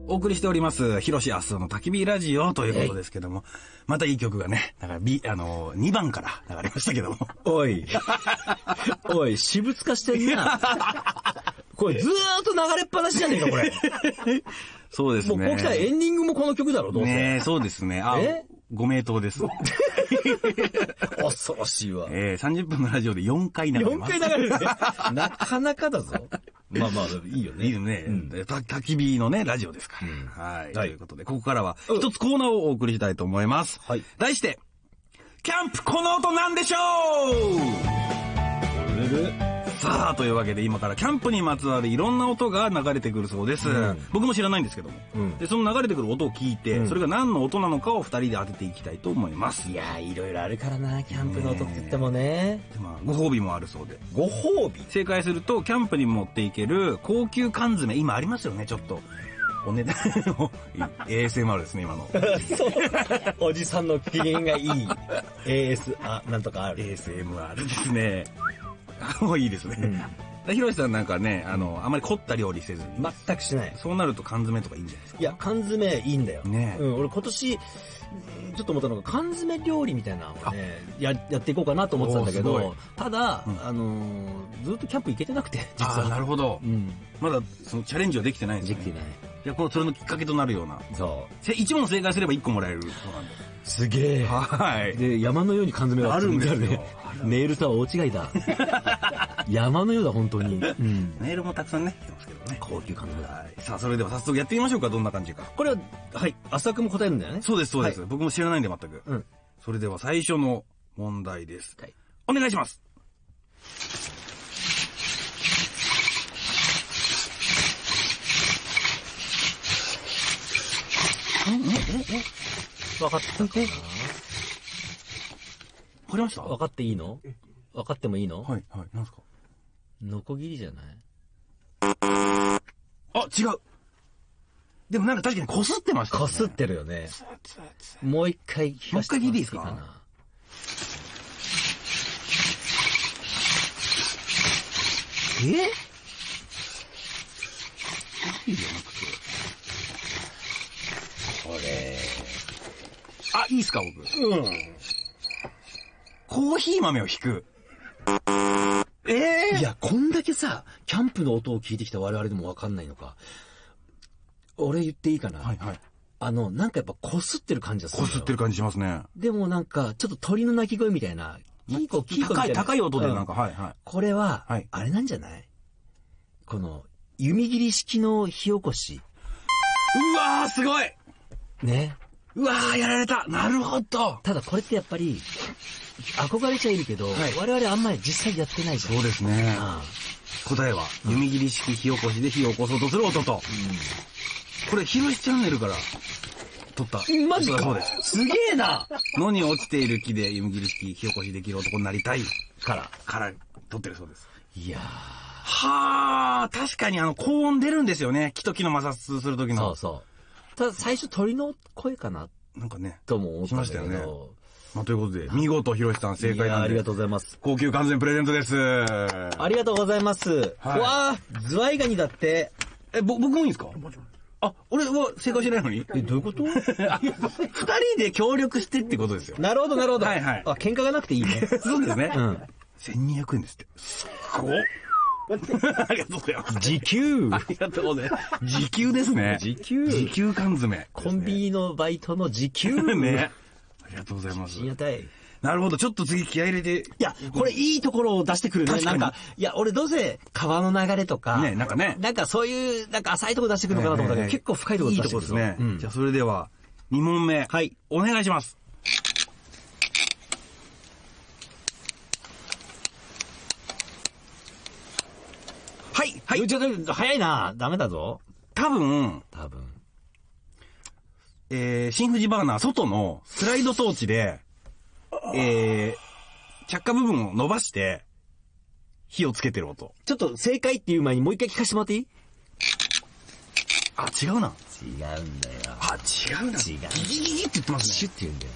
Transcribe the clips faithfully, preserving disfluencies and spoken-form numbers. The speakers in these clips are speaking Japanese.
お送りしております、ヒロシアスの焚き火ラジオということですけども、またいい曲がね、だから B、あの、にばんから流れましたけども。 おい。おい、私物化してんな。これずーっと流れっぱなしじゃねえか、これ。 そうですね。 もうこう来たらエンディングもこの曲だろ、どうせ。 ねえ、そうですね。あ、ご名答です。 恐ろしいわ。 えー、さんじゅっぷんのラジオでよんかい流れます。 よんかい流れるね。なかなかだぞ。まあまあ、いいよね。 いいよね。うん、た焚き火のね、ラジオですから。うん、はい。ということで、ここからは一つコーナーをお送りしたいと思います。はい。題して、キャンプこの音なんでしょううるさあ、というわけで今からキャンプにまつわるいろんな音が流れてくるそうです。うん、僕も知らないんですけども、うん、で。その流れてくる音を聞いて、うん、それが何の音なのかをふたりで当てていきたいと思います。 いやー、いろいろあるからな、キャンプの音って言ってもね。 まあ、ご褒美もあるそうで。 ご褒美正解すると、キャンプに持っていける高級缶詰、今ありますよね、ちょっと。お値段を、エーエスエムアール ですね、今の。 そう。おじさんの機嫌がいい。エーエス、あ、なんとかある。 エーエスエムアール ですね。もういいですね。うんひろしさんなんかね、あの、あまり凝った料理せずに。 全くしない。 そうなると缶詰とかいいんじゃないですか。 いや、缶詰いいんだよ。 ねうん、俺今年、ちょっと思ったのが缶詰料理みたいなのをね、や、やっていこうかなと思ってたんだけど、ただ、うん、あのー、ずっとキャンプ行けてなくて、 実は。あ、なるほど。うん。まだ、そのチャレンジはできてないんですね。 できてない。 いや、この、それのきっかけとなるような。 そう。 いち問正解すればいっこもらえるそうなんで。 すげえ。 はい。 で、山のように缶詰があるんですよね。 メールとは大違いだ。山のようだ、本当に。うん。 メールもたくさんね、来てますけどね。 高級缶詰だ。 さあ、それでは早速やってみましょうか、どんな感じか。 これは、はい、浅くも答えるんだよね。 そうです、そうです。はい、僕も知らないんで、全く。うん。それでは最初の問題です。はい。お願いします。え、え、え、 わかったかな？ わかりました？ わかっていいの？わかってもいいの？ はい、はい。なんですか？ ノコギリじゃない？ あ、違う。でもなんか確かに擦ってましたね。 擦ってるよね。もう一回聞かせてもらっていいかな。もう一回聞いていいですか？ え？いいよなくて。 これ。 あ、いいっすか、僕。うん。コーヒー豆を引く。ええー、いや、こんだけさ、キャンプの音を聞いてきた我々でもわかんないのか。俺言っていいかな？ はいはい。 あの、なんかやっぱ擦ってる感じがする。 擦ってる感じしますね。 でもなんか、ちょっと鳥の鳴き声みたいな。 キーコ、キーコみたいな。高い、高い音でなんか、うん、はいはい。 これは、はい、あれなんじゃない？この、弓切り式の火起こし。 うわー、すごい！ ね。 うわー、やられた！なるほど！ ただこれってやっぱり、憧れちゃいるけど、はい、我々あんまり実際やってないじゃん。 そうですね。ああ答えは、弓切り式火起こしで火を起こそうとする音と。うん、これ、ひろしチャンネルから撮った。 マジかそうです。 すげえな野に落ちている木で弓切り式火起こしできる男になりたいから、から撮ってるそうです。 いやー。 はー、確かにあの、高音出るんですよね。木と木の摩擦するときの。 そうそう。ただ最初鳥の声かななんかね。 とも思ったんだけど。 しましたよね。まあ、ということで、見事、ひろしさん正解なんで。 ありがとうございます。 高級完全プレゼントです。 ありがとうございます。はい、わー、ズワイガニだって。 え、ぼ、僕もいいんですか？あ、俺は正解してないのに？ え、どういうこと？二人で協力してってことですよ。 なるほど、なるほど。 はいはい。 あ、喧嘩がなくていいね。 そうですね。うん。せんにひゃくえんですって。すごっ。ありがとうございます。 時給ありがとうございます。時給ですね。 時給時給缶詰。 コンビニのバイトの時給ね。ありがとうございます。 ありがたい。 なるほど。ちょっと次気合入れて。 いや、これいいところを出してくるね。なんか、いや、俺どうせ川の流れとか。 ね、なんかね。 なんかそういう、なんか浅いところ出してくるのかなと思ったけど、結構深いところ出してくる。 いいとこですね。うん、じゃあそれでは、に問目。 はい。 お願いします。はい、はい。 ちょっと、早いな。ダメだぞ。 多分、 多分。 えー、新富士バーナー外のスライド装置で、えー、着火部分を伸ばして、火をつけてる音。 ちょっと正解っていう前にもう一回聞かせてもらっていい？ あ、違うな。 違うんだよ。 あ、違うな。 違う。 ギギギギって言ってますね。 シュって言うんだよ。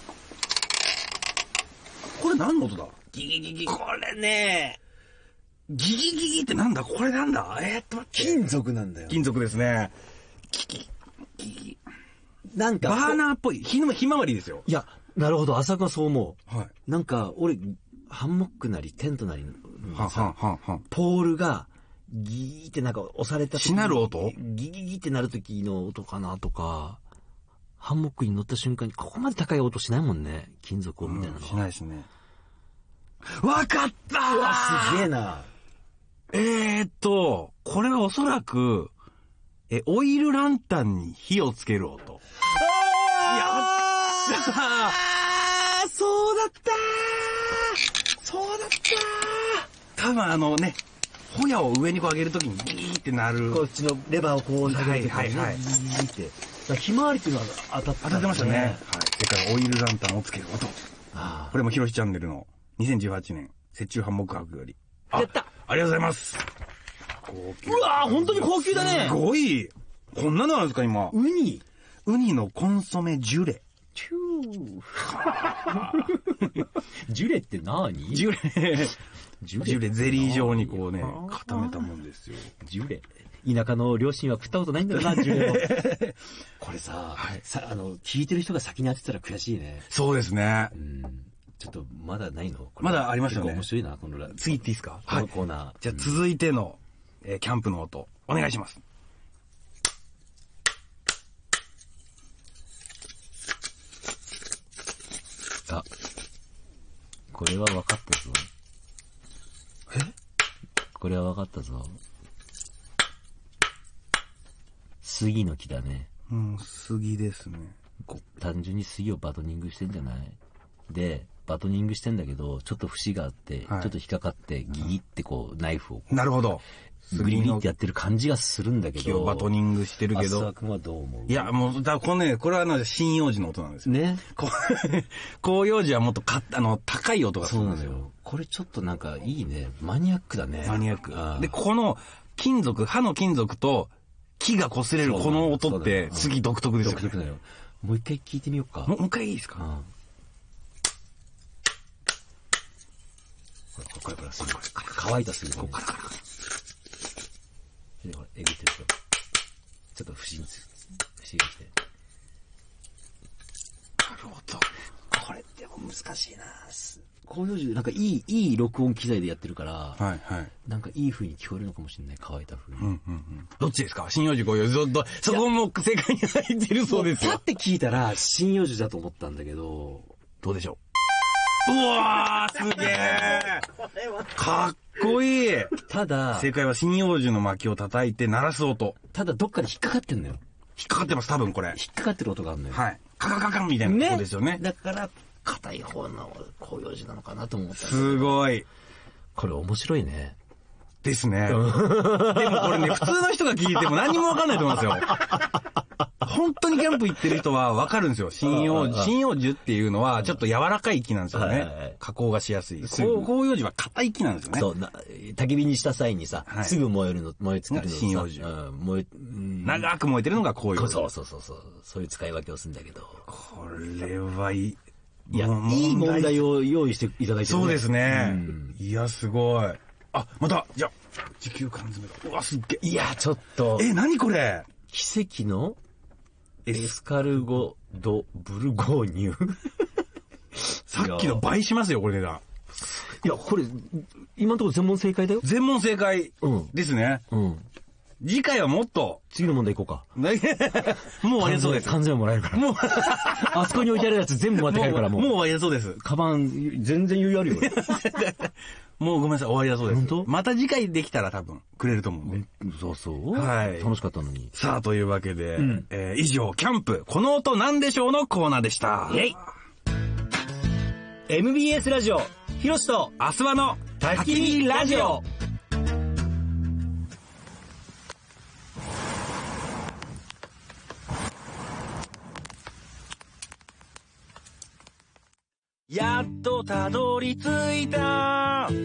これ何の音だ？ ギギギギ。これね、 ギギギギってなんだこれなんだえー、っと待って。 金属なんだよ。 金属ですね。ギギギギ。 なんか。 バーナーっぽい。ひの、ひまわりですよ。 いや、なるほど。浅くはそう思う。はい。 なんか、俺、ハンモックなり、テントなりのさ、 はははポールが、ギーってなんか押された時しなる音ギギギってなる時の音かなとか、ハンモックに乗った瞬間にここまで高い音しないもんね。金属音みたいなの、 うん。しないですね。わかったー。 うわ、すげえな。 えーっと、これはおそらく、え、オイルランタンに火をつける音。 あやったー。 そうだったー。そうだったー。多分あのね、ホヤを上にこう上げるときにギーってなる。 こっちのレバーをこう上げるときにね、 はいはいはい、 ギーって。だからひまわりっていうのは当たって、 当たってましたね。はい。それからオイルランタンをつける音。 あこれもひろしチャンネルのにせんじゅうはちねん雪中ハンモック博より。 やった。 ありがとうございます。 高級。うわー、本当に高級だね。 すごい。こんなのあるんですか今。 ウニ。 ウニのコンソメジュレ。 チュー。ジュレって何？ ジュレ。 ジュレ。 ジュレゼリー状にこうね、固めたもんですよ。 ジュレ。田舎の両親は食ったことないんだよな、ジュレを。これさ、 はい、 さ、あの、聞いてる人が先に当てたら悔しいね。 そうですね。 うん。ちょっと、まだないの？ まだありますよね。 面白いな、このラ。 次行っていいですか？ このコーナー。はい、 じゃあ続いての、えー、キャンプの音、お願いします。 あ、これは分かったぞ。 え？ これは分かったぞ。杉の木だね。 うん、杉ですね。 単純に杉をバトニングしてんじゃない？で、バトニングしてんだけど、ちょっと節があって、はい、ちょっと引っかかって、ギギってこう、ナイフを。 なるほど。 グリグリってやってる感じがするんだけど。 木をバトニングしてるけど。 浅田君はどう思う？ いや、もう、だこのね、これはね、針葉樹の音なんですよ。 ね。 広葉樹はもっとか、あの、高い音がするんですよ。 そうなんですよ。これちょっとなんかいいね。マニアックだね。 マニアック。で、この金属、刃の金属と木が擦れるこの音って、杉独特ですよね。 独特だよ。もう一回聞いてみようか。 もう一回いいですか？うん、 これ、これ、これ、これ、乾いた杉。ここからから。で、これ、えぐってるでしょ。ちょっと不思議、不思議して。 なるほど。 これ、でも難しいな。広葉樹、なんかいい、いい録音機材でやってるから、 はいはい。 なんかいい風に聞こえるのかもしれない。乾いた風に。 うんうんうん。どっちですか？針葉樹、広葉樹、ずっと、そこも正解に入ってるそうですよ。 パって聞いたら、針葉樹だと思ったんだけど、 どうでしょう？うわー、すげーかっこいい。 ただ、 正解は針葉樹の薪を叩いて鳴らす音。 ただどっかで引っかかってんのよ。 引っかかってます、多分これ。 引っかかってる音があるのよ。 はい。カカカカンみたいな音ですよね。 だから、硬い方の広葉樹なのかなと思った。 すごい。 これ面白いね。 ですね。でもこれね、普通の人が聞いても何にもわかんないと思いますよ。本当にキャンプ行ってる人はわかるんですよ。針葉樹。針葉樹っていうのはちょっっと柔らかい木なんですよね。加工がしやすい。広葉樹は硬い木なんですよね。 そう、焚き火にした際にさ、はい、すぐ燃えるの、燃え尽きるのさ。 針葉樹。 うん、燃え、 うん、長く燃えてるのが広葉樹。 そうそうそうそう。そういう使い分けをするんだけど。 これはいい。 いや、いい問題を用意していただいてる、ね。 そうですね。うん、いや、すごい。あ、また、じゃあ、時給缶詰だ。うわ、すっげえ。 いや、ちょっと。 え、何これ？ 奇跡のエスカルゴ・ド・ブルゴーニュ。 さっきの倍しますよ、これ値段。 いや、これ、今のところ全問正解だよ。 全問正解ですね。うん。うん次回はもっと。 次の問題いこうか。 もう終わりそうです。 完全もらえるから。もう、あそこに置いてあるやつ全部待って帰るからもう。 もう終わりだそうです。 カバン、全然余裕あるよ。 もうごめんなさい、終わりだそうです。 本当？ また次回できたら多分くれると思うんで。 そうそう。 はい。 楽しかったのに。 さあ、というわけで、うん、えー、以上、キャンプ、この音なんでしょうのコーナーでした。 イェイ !エムビーエス ラジオ、ひろしとあすわの焚き火ラジオ。やっとたどり着いた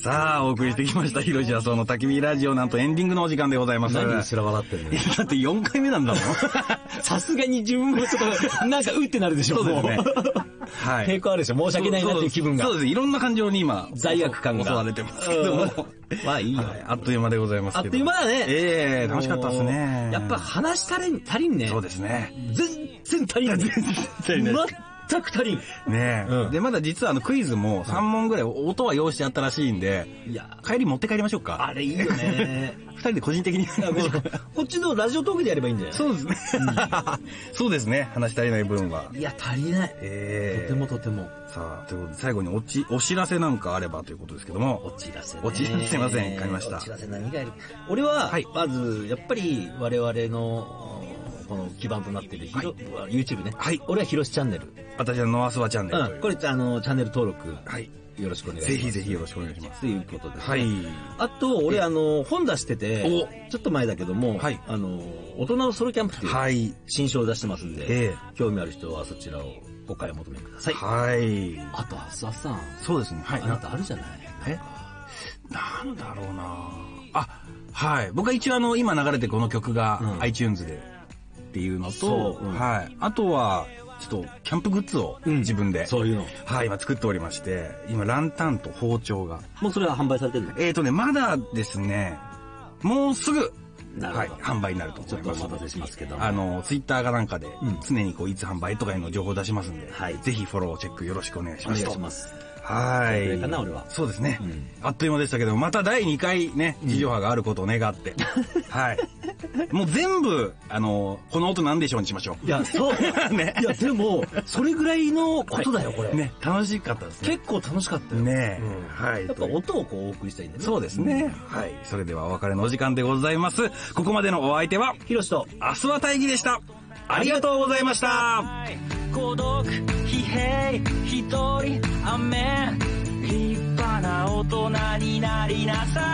さあ、お送りしてきました。ひろしやそうの焚き火ラジオ、なんとエンディングのお時間でございます。 何にすら笑ってるの？ だってよんかいめなんだもん。 さすがに自分もちょっと、なんかうってなるでしょ。 そうですね。はい。 抵抗あるでしょ。申し訳ないなっていう気分が。 そうです。いろんな感情に今、 罪悪感が。 襲われてますけども。 まあいいよ。 あっという間でございますけど。 あっという間だね。 ええ、楽しかったですね。 やっぱ話足りん、足りんね。 そうですね。 全然足りんね。 全然足りない。 全く足りん。 ねえ。で、まだ実はあのクイズもさん問ぐらい音は用意してあったらしいんで、いや、帰り持って帰りましょうか。 あれいいよね。 二人で個人的に。 こっちのラジオトークでやればいいんじゃない？ そうですね。そうですね。話し足りない分は。 いや、足りない。 ええ。 とてもとても。 さあ、ということで最後におち、お知らせなんかあればということですけども。 お知らせね。 お知らせ、すいません。買いました。 お知らせ何がいる？俺は、まず、やっぱり我々の、この基盤となっている、はい、YouTube ね。はい。俺はひろしチャンネル。 私はノアスワチャンネル。 うん。これ、あの、チャンネル登録。はい。よろしくお願いします。 ぜひぜひよろしくお願いします。 ということで、ね。 はい。 あと、俺、あの、本出してて、ちょっと前だけども、はい。あの、大人のソロキャンプっていう、はい。新書を出してますんで、ええ。興味ある人はそちらをお買い求めください。はい。あと、あすわさん。 そうですね。はい。 あなたあるじゃない？ え？なんだろうなあ、はい。僕は一応あの、今流れてこの曲が iTunes で、っていうのと、うん、はい。あとは、ちょっと、キャンプグッズを自分で、うん、そういうの。はい、今作っておりまして、今、ランタンと包丁が。 もうそれは販売されてるの？ えーとね、まだですね、もうすぐ、はい、販売になると思います。 ちょっとお待たせしますけど。 あの、ツイッターかなんかで、常にこう、いつ販売とかいうの情報出しますんで、はい。ぜひフォロー、チェックよろしくお願いします。 お願いします。 はい。 それかな、俺は。 そうですね。うん、あっという間でしたけど、まただいにかいね、地上波があることを願って。はい。もう全部、あの、この音なんでしょうにしましょう。 いや、そう。ね。いや、でも、それぐらいのことだよ、これ。 ね、楽しかったですね。 結構楽しかったよ。 ね、うん、はい。 やっぱ音をこうお送りしたいんだね。 そうですね。はい。それではお別れのお時間でございます。ここまでのお相手は、 ひろしと、 あすわ大義でした。ありがとうございました。 孤独、疲弊、一人、雨。立派な大人になりなさい。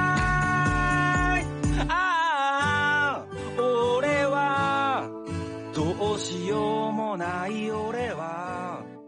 ああ、俺はどうしようもない俺は